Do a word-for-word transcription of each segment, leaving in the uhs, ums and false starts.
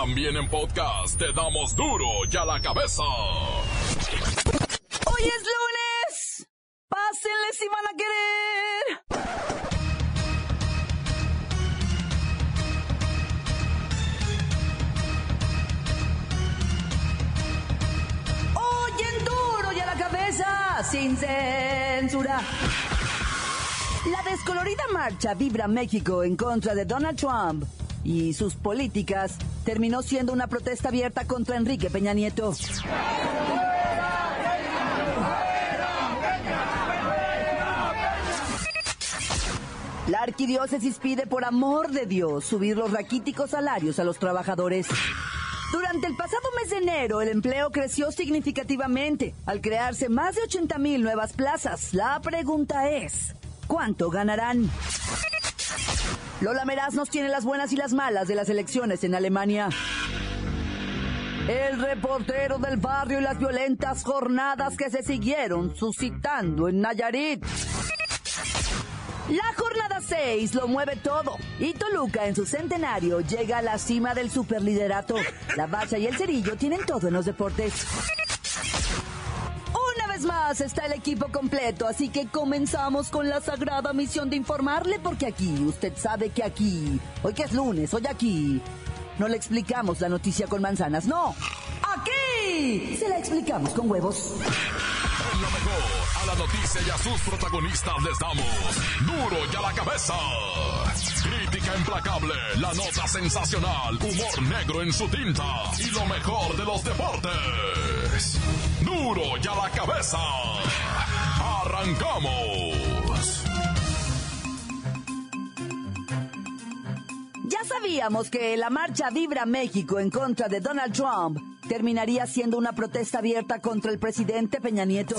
También en podcast te damos duro y a la cabeza. Hoy es lunes. Pásenle si van a querer. Hoy en duro y a la cabeza, sin censura. La descolorida marcha Vibra México en contra de Donald Trump y sus políticas terminó siendo una protesta abierta contra Enrique Peña Nieto. La arquidiócesis pide por amor de Dios subir los raquíticos salarios a los trabajadores. Durante el pasado mes de enero, el empleo creció significativamente, al crearse más de ochenta mil nuevas plazas. La pregunta es, ¿cuánto ganarán? Lola Meraz nos tiene las buenas y las malas de las elecciones en Alemania. El reportero del barrio y las violentas jornadas que se siguieron suscitando en Nayarit. La jornada seis lo mueve todo y Toluca en su centenario llega a la cima del superliderato. La Bacha y el Cerillo tienen todo en los deportes. Una vez más está el equipo completo, así que comenzamos con la sagrada misión de informarle, porque aquí, usted sabe que aquí, hoy que es lunes, hoy aquí, no le explicamos la noticia con manzanas, no, aquí se la explicamos con huevos. En lo mejor, a la noticia y a sus protagonistas les damos duro y a la cabeza. Crítica implacable, la nota sensacional, humor negro en su tinta y lo mejor de los deportes. Duro y a la cabeza. ¡Arrancamos! Ya sabíamos que la marcha Vibra México en contra de Donald Trump terminaría siendo una protesta abierta contra el presidente Peña Nieto.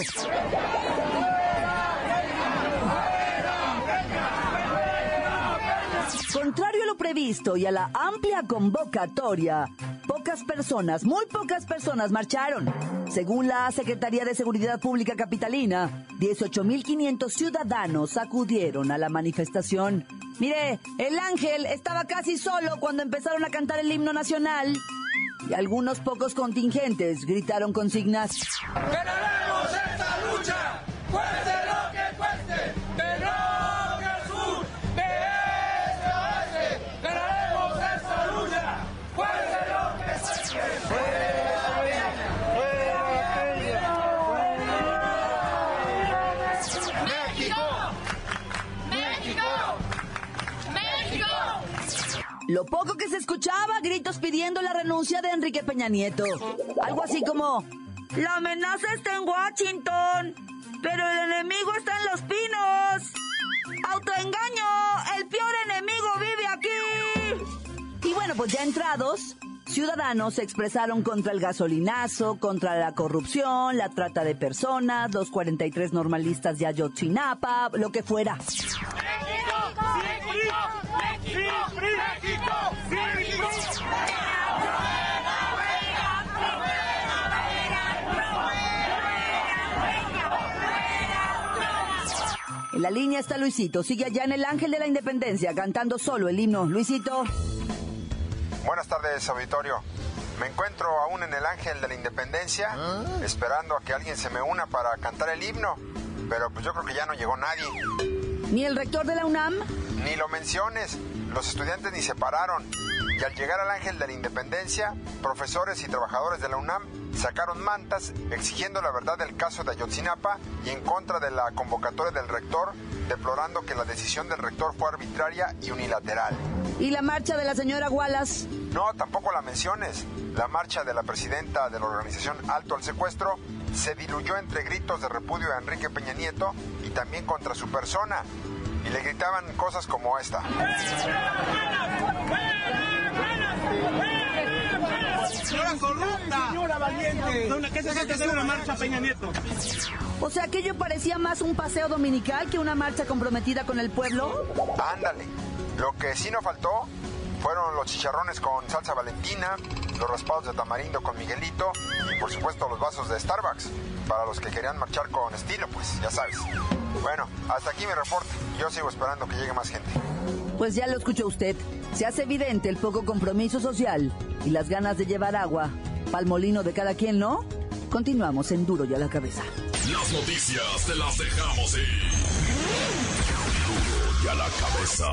Contrario a lo previsto y a la amplia convocatoria, pocas personas, muy pocas personas marcharon. Según la Secretaría de Seguridad Pública Capitalina, dieciocho mil quinientos ciudadanos acudieron a la manifestación. Mire, el ángel estaba casi solo cuando empezaron a cantar el himno nacional y algunos pocos contingentes gritaron consignas. ¡Ganaremos esta lucha! ¡Cueste lo que cueste! ¡De norte a sur! ¡De este a oeste! ¡Ganaremos esta lucha! ¡Cueste lo que cueste! ¡Fuera Peña! ¡Fuera Peña! ¡México! ¡México! ¡México! Lo poco que se escuchaba, gritos pidiendo la renuncia de Enrique Peña Nieto. Algo así como, la amenaza está en Washington, pero el enemigo está en Los Pinos. Autoengaño, el peor enemigo vive aquí. Y bueno, pues ya entrados, ciudadanos se expresaron contra el gasolinazo, contra la corrupción, la trata de personas, los cuarenta y tres normalistas de Ayotzinapa, lo que fuera. ¡México! ¡México! ¡México! ¡México! ¡México! En la línea está Luisito, sigue allá en el Ángel de la Independencia cantando solo el himno. Luisito. Buenas tardes, auditorio. Me encuentro aún en el Ángel de la Independencia, ¿Ah? esperando a que alguien se me una para cantar el himno, pero pues yo creo que ya no llegó nadie. ¿Ni el rector de la UNAM? Ni lo menciones, los estudiantes ni se pararon. Y al llegar al Ángel de la Independencia, profesores y trabajadores de la UNAM sacaron mantas exigiendo la verdad del caso de Ayotzinapa y en contra de la convocatoria del rector, deplorando que la decisión del rector fue arbitraria y unilateral. ¿Y la marcha de la señora Wallace? No, tampoco la menciones. La marcha de la presidenta de la organización Alto al Secuestro se diluyó entre gritos de repudio a Enrique Peña Nieto y también contra su persona. Y le gritaban cosas como esta. ¡Señora corrupta! ¡Señora valiente! ¿Qué se siente hacer una marcha a Peña Nieto? O sea, aquello parecía más un paseo dominical que una marcha comprometida con el pueblo. Ándale. Lo que sí no faltó fueron los chicharrones con salsa valentina, los raspados de tamarindo con Miguelito y por supuesto los vasos de Starbucks, para los que querían marchar con estilo, pues ya sabes. Bueno, hasta aquí mi reporte. Yo sigo esperando que llegue más gente. Pues ya lo escuchó usted. Se hace evidente el poco compromiso social y las ganas de llevar agua pa'l molino de cada quien, ¿no? Continuamos en Duro y a la Cabeza. Las noticias te las dejamos ir. Duro y a la Cabeza.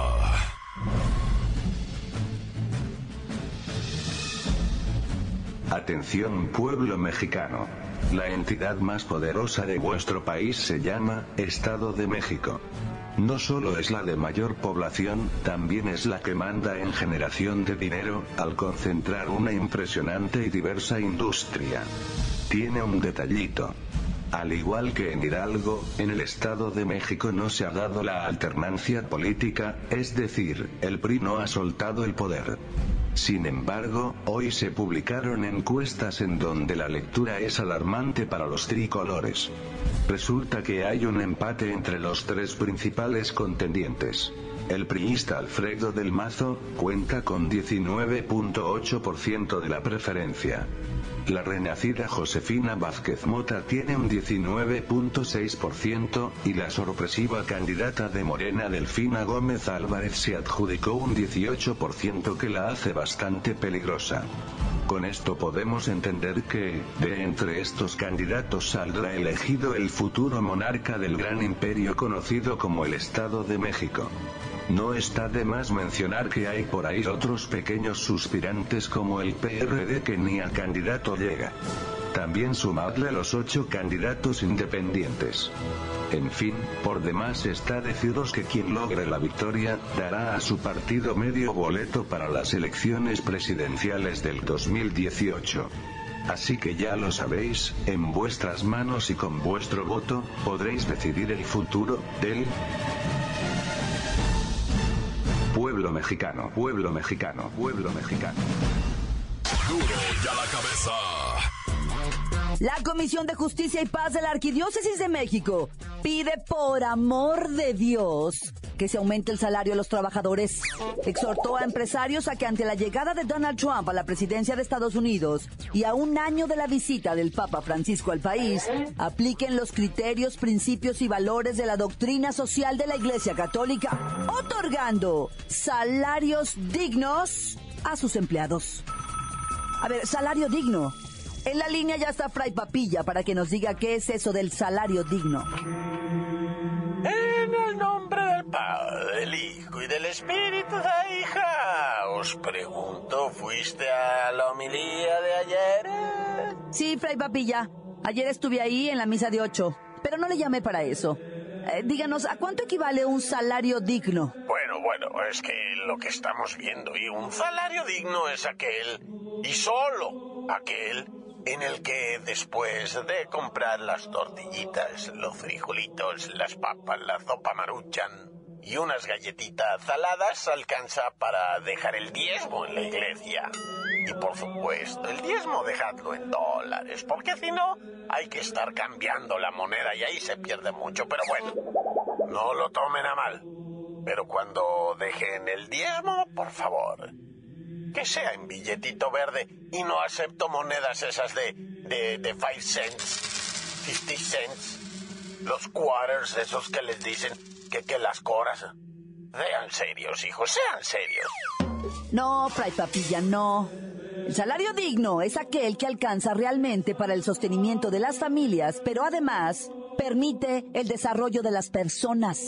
Atención, pueblo mexicano. La entidad más poderosa de vuestro país se llama Estado de México. No solo es la de mayor población, también es la que manda en generación de dinero, al concentrar una impresionante y diversa industria. Tiene un detallito. Al igual que en Hidalgo, en el Estado de México no se ha dado la alternancia política, es decir, el P R I no ha soltado el poder. Sin embargo, hoy se publicaron encuestas en donde la lectura es alarmante para los tricolores. Resulta que hay un empate entre los tres principales contendientes. El priista Alfredo del Mazo cuenta con diecinueve punto ocho por ciento de la preferencia. La renacida Josefina Vázquez Mota tiene un diecinueve punto seis por ciento, y la sorpresiva candidata de Morena Delfina Gómez Álvarez se adjudicó un dieciocho por ciento que la hace bastante peligrosa. Con esto podemos entender que, de entre estos candidatos saldrá elegido el futuro monarca del gran imperio conocido como el Estado de México. No está de más mencionar que hay por ahí otros pequeños suspirantes como el P R D que ni a candidato llega. También sumadle a los ocho candidatos independientes. En fin, por demás está deciros que quien logre la victoria, dará a su partido medio boleto para las elecciones presidenciales del dos mil dieciocho. Así que ya lo sabéis, en vuestras manos y con vuestro voto, podréis decidir el futuro del pueblo mexicano, pueblo mexicano, pueblo mexicano. Duro y a la Cabeza. La Comisión de Justicia y Paz de la Arquidiócesis de México pide por amor de Dios que se aumente el salario a los trabajadores. Exhortó a empresarios a que ante la llegada de Donald Trump a la presidencia de Estados Unidos y a un año de la visita del Papa Francisco al país, apliquen los criterios, principios y valores de la doctrina social de la Iglesia Católica, otorgando salarios dignos a sus empleados. A ver, salario digno. En la línea ya está Fray Papilla para que nos diga qué es eso del salario digno. En el nombre del Padre, del Hijo y del Espíritu de hija, os pregunto, ¿fuiste a la homilía de ayer? Sí, Fray Papilla. Ayer estuve ahí en la misa de ocho, pero no le llamé para eso. Eh, díganos, ¿a cuánto equivale un salario digno? Bueno, bueno, es que lo que estamos viendo, y un salario digno es aquel, y solo aquel, en el que después de comprar las tortillitas, los frijolitos, las papas, la sopa Maruchan y unas galletitas saladas, alcanza para dejar el diezmo en la iglesia. Y por supuesto, el diezmo dejadlo en dólares, porque si no, hay que estar cambiando la moneda y ahí se pierde mucho. Pero bueno, no lo tomen a mal. Pero cuando dejen el diezmo, por favor, que sea en billetito verde y no acepto monedas esas de, de, de five cents, fifty cents, los quarters, esos que les dicen que, que las coras. Sean serios, hijos, sean serios. No, Fray Papilla, no. El salario digno es aquel que alcanza realmente para el sostenimiento de las familias, pero además permite el desarrollo de las personas.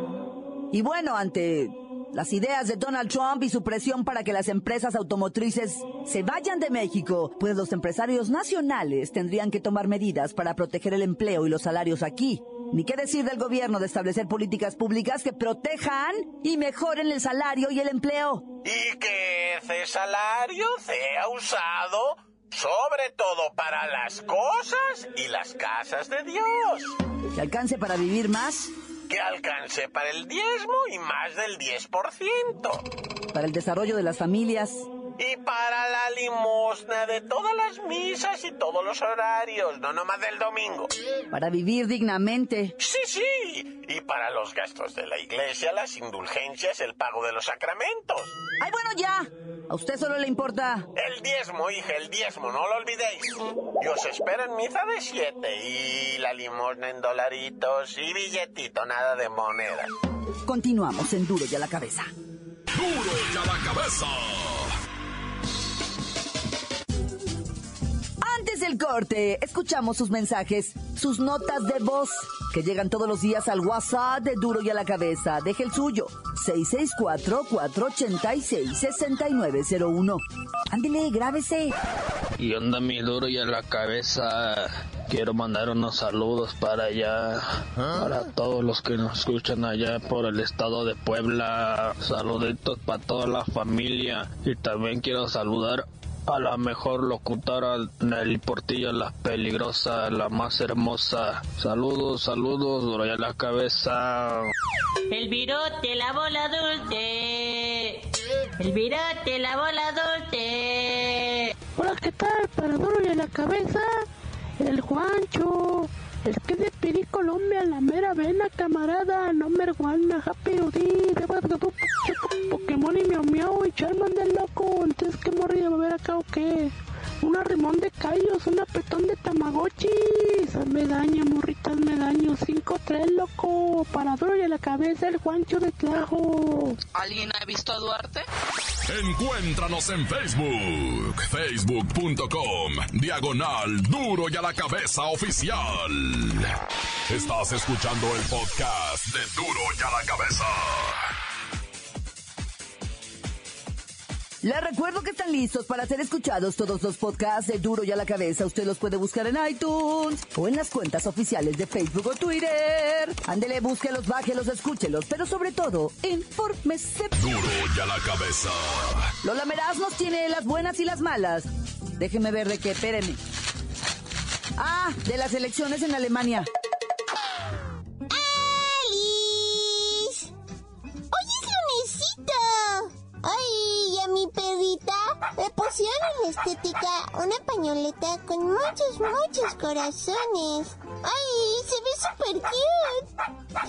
Y bueno, ante las ideas de Donald Trump y su presión para que las empresas automotrices se vayan de México, pues los empresarios nacionales tendrían que tomar medidas para proteger el empleo y los salarios aquí. Ni qué decir del gobierno de establecer políticas públicas que protejan y mejoren el salario y el empleo. Y que ese salario sea usado sobre todo para las cosas y las casas de Dios. Que alcance para vivir más. Que alcance para el diezmo y más del diez por ciento. Para el desarrollo de las familias. Y para la limosna de todas las misas y todos los horarios, no nomás del domingo. Para vivir dignamente. Sí, sí. Y para los gastos de la iglesia, las indulgencias, el pago de los sacramentos. ¡Ay, bueno, ya! A usted solo le importa... El diezmo, hija, el diezmo, no lo olvidéis. Y os espero en misa de siete. Y la limosna en dolaritos y billetito, nada de monedas. Continuamos en Duro y a la Cabeza. Duro y a la cabeza. Antes del corte, escuchamos sus mensajes, sus notas de voz, que llegan todos los días al WhatsApp de Duro y a la Cabeza. Deje el suyo, seis seis cuatro, cuatro ocho seis, seis nueve cero uno. Ándele, grábese. Y onda mi Duro y a la Cabeza. Quiero mandar unos saludos para allá, para todos los que nos escuchan allá por el estado de Puebla. Saluditos para toda la familia. Y también quiero saludar a la mejor locutora, Nelly Portillo, la peligrosa, la más hermosa. Saludos, saludos, Duro y a la Cabeza. El virote, la bola dulce. El virote, la bola dulce. Hola, ¿qué tal? Para Duro y a la Cabeza, el Juancho. El que de Pirí, Colombia, la mera vena, camarada. No merguana, happy Udi. Pokémon y Miau Miau y Charmander, loco. Entonces, ¿qué morri va a ver acá o qué? Un arrimón de callos, un apretón de tamagotchis. Me daña, morritas, me daño. cinco tres, loco. Para Duro y a la Cabeza, el Juancho de Tlajo. ¿Alguien ha visto a Duarte? Encuéntranos en Facebook, facebook punto com, diagonal Duro y a la Cabeza Oficial. Estás escuchando el podcast de Duro y a la Cabeza. Les recuerdo que están listos para ser escuchados todos los podcasts de Duro y a la Cabeza. Usted los puede buscar en iTunes o en las cuentas oficiales de Facebook o Twitter. Ándele, búsquelos, bájelos, escúchelos, pero sobre todo, infórmese. Duro y a la Cabeza. Lola Meraz nos tiene las buenas y las malas. Déjeme ver de qué, espérenme. Ah, de las elecciones en Alemania. ¡Alice! ¡Hoy es lunesito! ¡Ay, y a mi perrita le pusieron en la estética una pañoleta con muchos, muchos corazones! ¡Ay, se ve súper cute!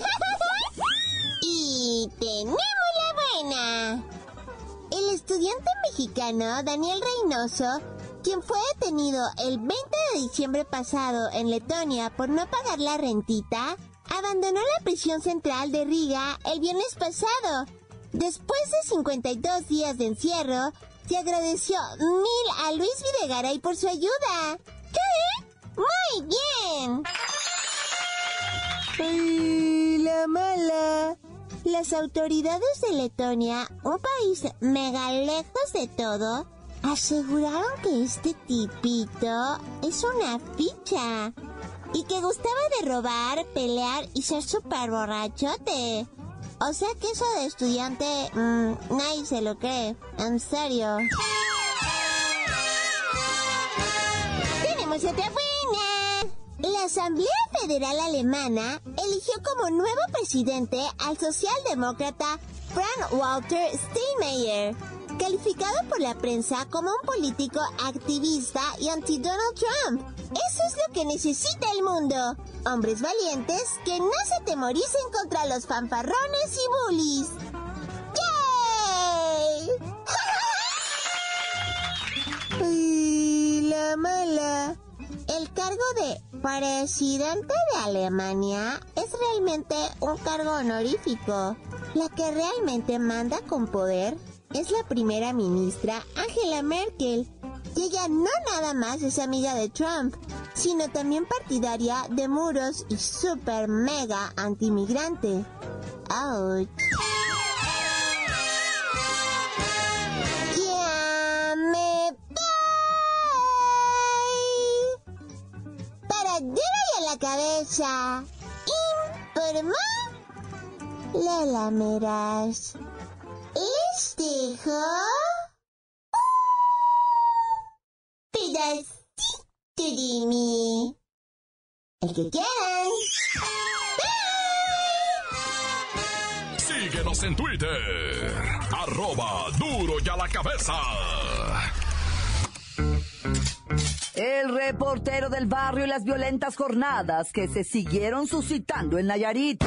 Y tenemos la buena. El estudiante mexicano Daniel Reynoso, quien fue detenido el veinte de diciembre pasado en Letonia por no pagar la rentita, abandonó la prisión central de Riga el viernes pasado. Después de cincuenta y dos días de encierro, se agradeció mil a Luis Videgaray por su ayuda. ¿Qué? ¡Muy bien! ¡Ay, la mala! Las autoridades de Letonia, un país mega lejos de todo, aseguraron que este tipito es una ficha y que gustaba de robar, pelear y ser súper borrachote. O sea que eso de estudiante, mmm, nadie se lo cree. En serio. ¡Tenemos otra buena! La Asamblea Federal Alemana eligió como nuevo presidente al socialdemócrata Frank-Walter Steinmeier, calificado por la prensa como un político activista y anti-Donald Trump. Eso es lo que necesita el mundo. Hombres valientes que no se atemoricen contra los fanfarrones y bullies. ¡Yay! ¡Ay, la mala! El cargo de presidente de Alemania es realmente un cargo honorífico. La que realmente manda con poder es la primera ministra Angela Merkel. Y ella no nada más es amiga de Trump, sino también partidaria de muros y super mega antimigrante. ¡Ouch! ¡Ya me voy! Para Duro y a la Cabeza, informó Lola Meraz. Les dejo pedacito de mí. El que quieran. Síguenos en Twitter, arroba Duro y a la Cabeza. El reportero del barrio y las violentas jornadas que se siguieron suscitando en Nayarit.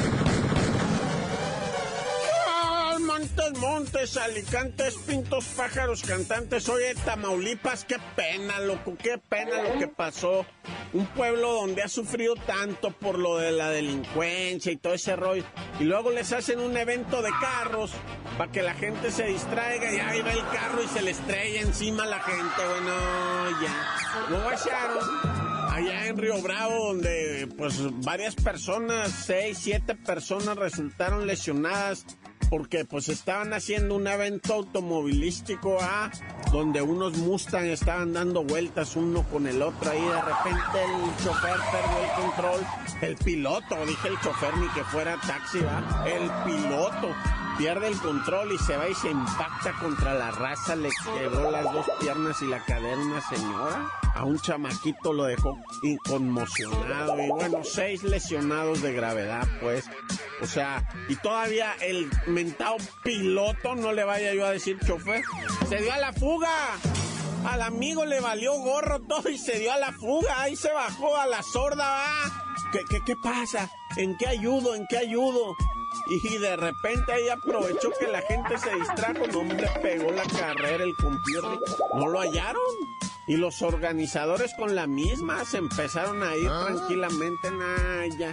Montes, montes, alicantes, pintos, pájaros, cantantes. Oye, Tamaulipas, qué pena, loco, qué pena lo que pasó. un pueblo donde ha sufrido tanto por lo de la delincuencia y todo ese rollo, y luego les hacen un evento de carros para que la gente se distraiga, y ahí va el carro y se le estrella encima a la gente. Bueno, ya. Luego echaron allá en Río Bravo, donde pues varias personas, seis, siete personas resultaron lesionadas porque pues estaban haciendo un evento automovilístico, ¿ah? Donde unos Mustang estaban dando vueltas uno con el otro, ahí de repente el chofer perdió el control, el piloto, dije el chofer ni que fuera taxi, ¿va? El piloto pierde el control y se va y se impacta contra la raza, le quebró las dos piernas y la cadera a una señora. A un chamaquito lo dejó conmocionado y bueno, seis lesionados de gravedad, pues. O sea, y todavía el mentado piloto, no le vaya yo a decir chofer, se dio a la fuga. Al amigo le valió gorro todo y se dio a la fuga. Ahí se bajó a la sorda, ¿va? ¿Qué, qué, qué pasa? ¿En qué ayudo? ¿En qué ayudo? Y de repente ahí aprovechó que la gente se distrajo, no le pegó la carrera el compirri, no lo hallaron. Y los organizadores con la misma se empezaron a ir ah. tranquilamente, nah, ya.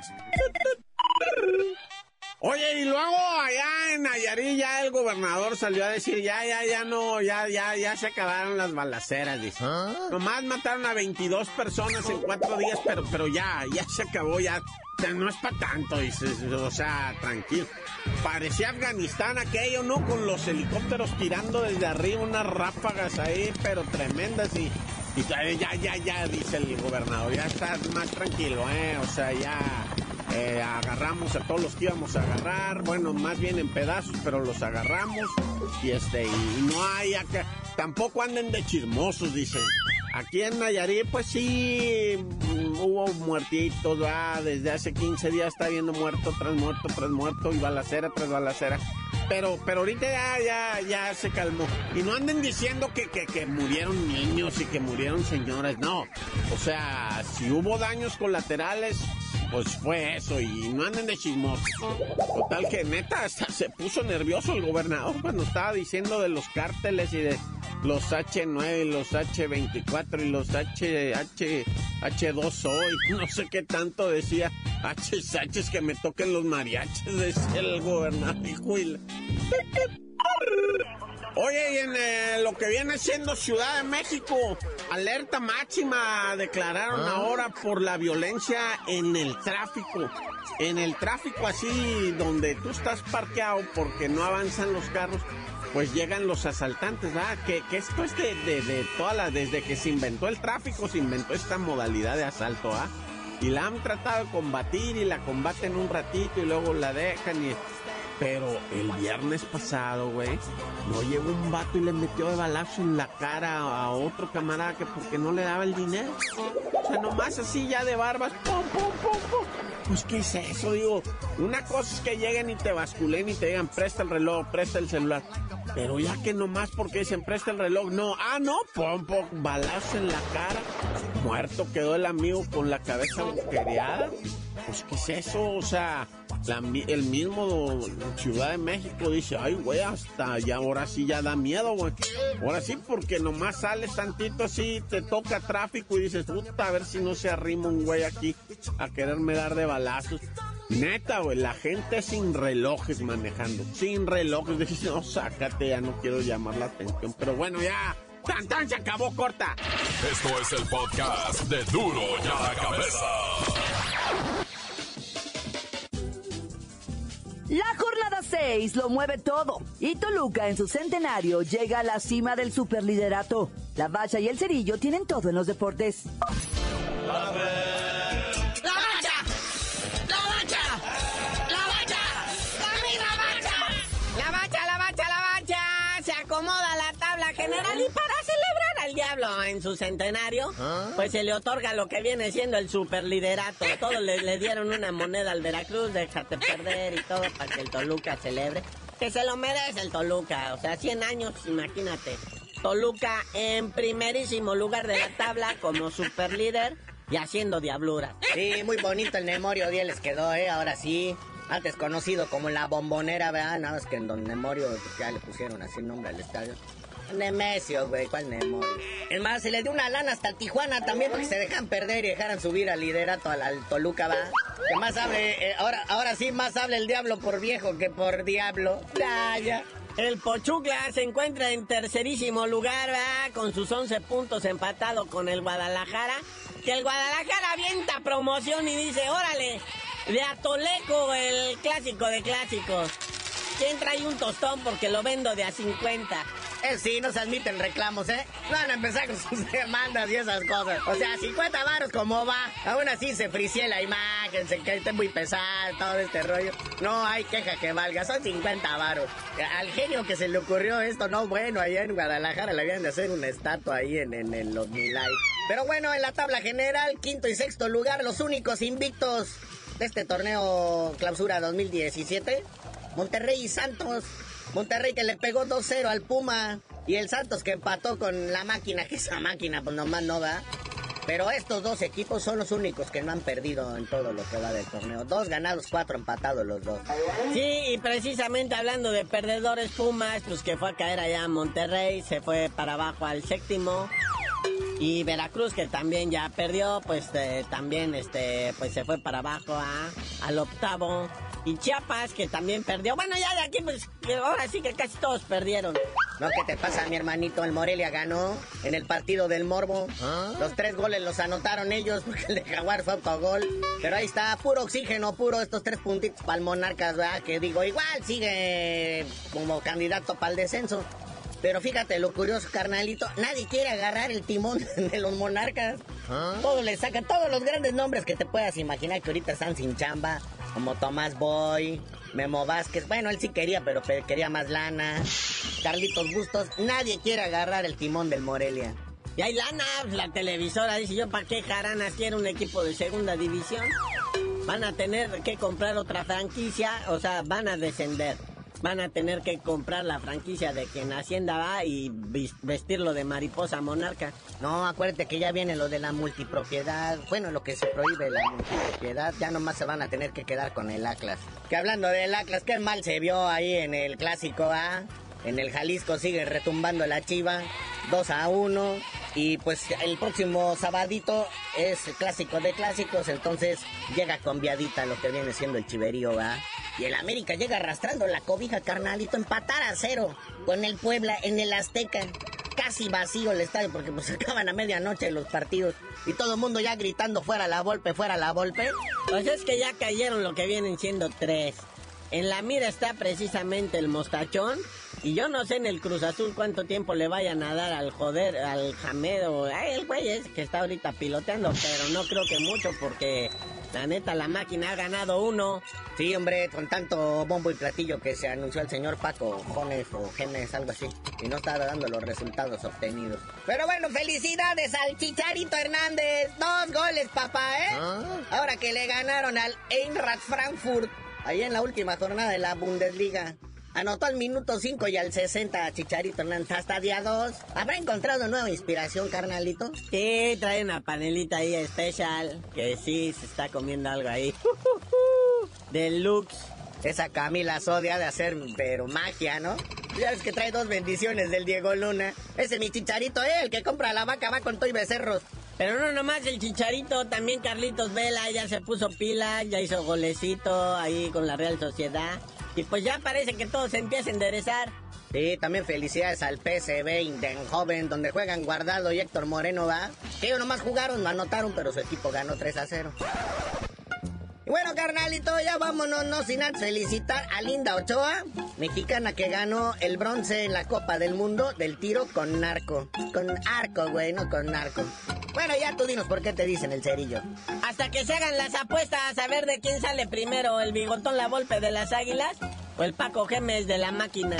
Oye, y luego allá en Nayarit ya el gobernador salió a decir, ya, ya, ya no, ya, ya, ya se acabaron las balaceras, dice. ¿Ah? Nomás mataron a veintidós personas en cuatro días, pero, pero ya, ya se acabó, ya. No es para tanto, dice, o sea, tranquilo. Parecía Afganistán aquello, ¿no? Con los helicópteros tirando desde arriba unas ráfagas ahí, pero tremendas y... Y ya, ya, ya, dice el gobernador, ya está más tranquilo, ¿eh? O sea, ya... Eh, agarramos a todos los que íbamos a agarrar, bueno, más bien en pedazos, pero los agarramos y este, y no hay acá, tampoco anden de chismosos, dice. Aquí en Nayarit, pues sí, hubo muertitos, ¿va? Desde hace quince días está habiendo muerto tras muerto tras muerto y balacera tras balacera. Pero, pero ahorita ya, ya, ya se calmó. Y no anden diciendo que, que, que murieron niños y que murieron señoras, no. O sea, si hubo daños colaterales, pues fue eso, y no anden de chismosos. Total que neta hasta se puso nervioso el gobernador cuando estaba diciendo de los cárteles y de los hache nueve y los hache veinticuatro y los H, H, hache dos O y no sé qué tanto decía. Haches, haches, que me toquen los mariachis, decía el gobernador, hijo. Y... Oye, y en eh, lo que viene siendo Ciudad de México, alerta máxima declararon ¿Ah? ahora por la violencia en el tráfico. En el tráfico así, donde tú estás parqueado porque no avanzan los carros, pues llegan los asaltantes, ¿verdad? Que, que esto es de, de, de toda la... Desde que se inventó el tráfico, se inventó esta modalidad de asalto, ¿ah? Y la han tratado de combatir y la combaten un ratito y luego la dejan y... Pero el viernes pasado, güey, no llegó un vato y le metió de balazo en la cara a otro camarada que porque no le daba el dinero. O sea, nomás así ya de barbas, pum, pum, pum, pum. Pues, ¿qué es eso? Digo, una cosa es que lleguen y te basculen y te digan, presta el reloj, presta el celular. Pero ya que nomás porque dicen, presta el reloj, no. Ah, no, pum, pum, balazo en la cara. Muerto quedó el amigo con la cabeza agujereada. Pues, ¿qué es eso? O sea... La, el mismo Ciudad de México dice, ay, güey, hasta ya ahora sí ya da miedo, güey. Ahora sí, porque nomás sales tantito así, te toca tráfico y dices, puta, a ver si no se arrima un güey aquí a quererme dar de balazos. Neta, güey, la gente sin relojes manejando, sin relojes. Dices, no, sácate, ya no quiero llamar la atención. Pero bueno, ya, tan tan, se acabó, corta. Esto es el podcast de Duro y a la Cabeza. La jornada seis lo mueve todo y Toluca en su centenario llega a la cima del superliderato. La Bacha y el Cerillo tienen todo en los deportes. ¡La Bacha! ¡La Bacha! ¡La Bacha! ¡La misma Bacha! La Bacha, la Bacha, la Bacha. Se acomoda la tabla general y para celebrar al diablo en su centenario, ¿Ah? pues se le otorga lo que viene siendo el superliderato. Todos le, le dieron una moneda al Veracruz, déjate perder y todo para que el Toluca celebre. Que se lo merece el Toluca, o sea, cien años, imagínate. Toluca en primerísimo lugar de la tabla como superlíder y haciendo diabluras. Sí, muy bonito el Nemorio diez les quedó, ¿eh? Ahora sí. Antes conocido como la Bombonera, ¿verdad? Nada más que en Don Nemorio ya le pusieron así el nombre al estadio. Nemesio, güey, ¿cuál Nemesio? Es más, se le dio una lana hasta Tijuana también para que se dejan perder y dejaran subir al liderato al, al Toluca, va. Que más hable, eh, ahora, ahora sí más habla el diablo por viejo que por diablo. Ya, ya. El Pochucla se encuentra en tercerísimo lugar, ¿verdad? Con sus once puntos empatado con el Guadalajara. Que el Guadalajara avienta promoción y dice, órale, de Atoleco el clásico de clásicos. ¿Quién trae un tostón? Porque lo vendo de a cincuenta. Eh, sí, no se admiten reclamos, ¿eh? No van a empezar con sus demandas y esas cosas. O sea, cincuenta varos, ¿cómo va? Aún así se fricie la imagen, se que esté muy pesada, todo este rollo. No hay queja que valga, son cincuenta varos. Al genio que se le ocurrió esto, no, bueno, allá en Guadalajara le habían de hacer una estatua ahí en, en, en los Milay. Pero bueno, en la tabla general, quinto y sexto lugar, los únicos invictos de este torneo Clausura dos mil diecisiete. Monterrey y Santos. Monterrey que le pegó dos cero al Puma. Y el Santos que empató con la máquina, que esa máquina pues nomás no va. Pero estos dos equipos son los únicos que no han perdido en todo lo que va del torneo. Dos ganados, cuatro empatados los dos. Sí, y precisamente hablando de perdedores, Pumas, pues que fue a caer allá a Monterrey, se fue para abajo al séptimo. Y Veracruz, que también ya perdió, pues eh, también este pues se fue para abajo a, al octavo. Y Chiapas, que también perdió. Bueno, ya de aquí, pues, ahora sí que casi todos perdieron. No, ¿qué te pasa, mi hermanito? El Morelia ganó en el partido del Morbo. ¿Ah? Los tres goles los anotaron ellos, porque el de Jaguar fue autogol. Pero ahí está, puro oxígeno, puro estos tres puntitos para el Monarcas, ¿verdad? Que digo, igual sigue como candidato para el descenso. Pero fíjate lo curioso, carnalito, nadie quiere agarrar el timón de los Monarcas. ¿Ah? Todos le sacan, todos los grandes nombres que te puedas imaginar que ahorita están sin chamba, como Tomás Boy, Memo Vázquez, bueno, él sí quería, pero quería más lana, Carlitos Bustos, nadie quiere agarrar el timón del Morelia. Y hay lana, la televisora dice, yo para qué jaranas quiero un equipo de segunda división, van a tener que comprar otra franquicia, o sea, van a descender. Van a tener que comprar la franquicia de quien Hacienda va y vestirlo de mariposa monarca. No, acuérdate que ya viene lo de la multipropiedad. Bueno, lo que se prohíbe la multipropiedad. Ya nomás se van a tener que quedar con el Atlas. Que hablando del Atlas, qué mal se vio ahí en el clásico, ¿ah? En el Jalisco sigue retumbando la Chiva. dos a uno. Y pues el próximo sabadito es el clásico de clásicos. Entonces llega con viadita lo que viene siendo el chiverío, ¿va? Y el América llega arrastrando la cobija, carnalito. Empatar a cero con el Puebla en el Azteca. Casi vacío el estadio porque pues acaban a medianoche los partidos. Y todo el mundo ya gritando fuera la Volpe, fuera la Volpe. Pues es que ya cayeron lo que vienen siendo tres. En la mira está precisamente el Mostachón. Y yo no sé en el Cruz Azul cuánto tiempo le vayan a dar al joder, al Jamed o a el güey ese que está ahorita piloteando. Pero no creo que mucho porque la neta la máquina ha ganado uno. Sí, hombre, con tanto bombo y platillo que se anunció el señor Paco Jones o Genes, algo así. Y no estaba dando los resultados obtenidos. Pero bueno, felicidades al Chicharito Hernández. Dos goles, papá, ¿eh? ¿Ah? Ahora que le ganaron al Eintracht Frankfurt. Ahí en la última jornada de la Bundesliga. Anotó al minuto cinco y al sesenta Chicharito Hernández hasta día dos. ¿Habrá encontrado nueva inspiración, carnalito? Sí, trae una panelita ahí especial. Que sí, se está comiendo algo ahí. Deluxe. Esa Camila Sodia de hacer, pero magia, ¿no? Ya ves que trae dos bendiciones del Diego Luna. Ese mi Chicharito, ¿eh? El que compra la vaca va con todo y becerros. Pero no nomás el Chicharito, también Carlitos Vela ya se puso pila, ya hizo golecito ahí con la Real Sociedad. Y pues ya parece que todo se empieza a enderezar. Sí, también felicidades al P S V Eindhoven, donde juegan Guardado y Héctor Moreno, ¿va? Que ellos nomás jugaron, no anotaron, pero su equipo ganó tres a cero. Y bueno, carnalito, ya vámonos, no sin antes felicitar a Linda Ochoa, mexicana que ganó el bronce en la Copa del Mundo del tiro con narco. Con arco, güey, no con narco. Bueno, ya tú dinos por qué te dicen el cerillo. Hasta que se hagan las apuestas a ver de quién sale primero, el Bigotón La Volpe de las Águilas o el Paco Gemes de la Máquina.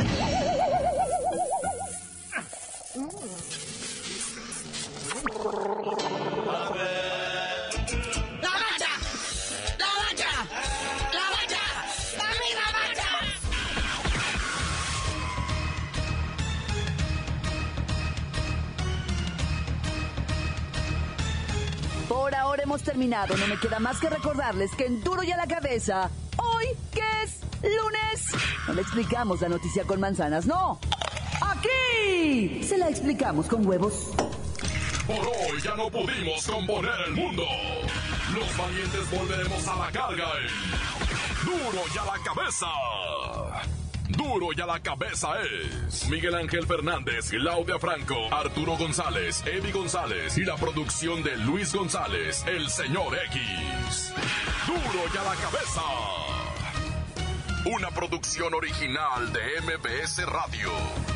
Por ahora hemos terminado. No me queda más que recordarles que en Duro y a la Cabeza, hoy que es lunes, no le explicamos la noticia con manzanas, no. Aquí Sí, se la explicamos con huevos. Por hoy ya no pudimos componer el mundo. Los valientes volveremos a la carga en Duro y a la Cabeza. Duro y a la Cabeza es Miguel Ángel Fernández, Claudia Franco, Arturo González, Eddie González y la producción de Luis González, el señor X. Duro y a la Cabeza. Una producción original de M B S Radio.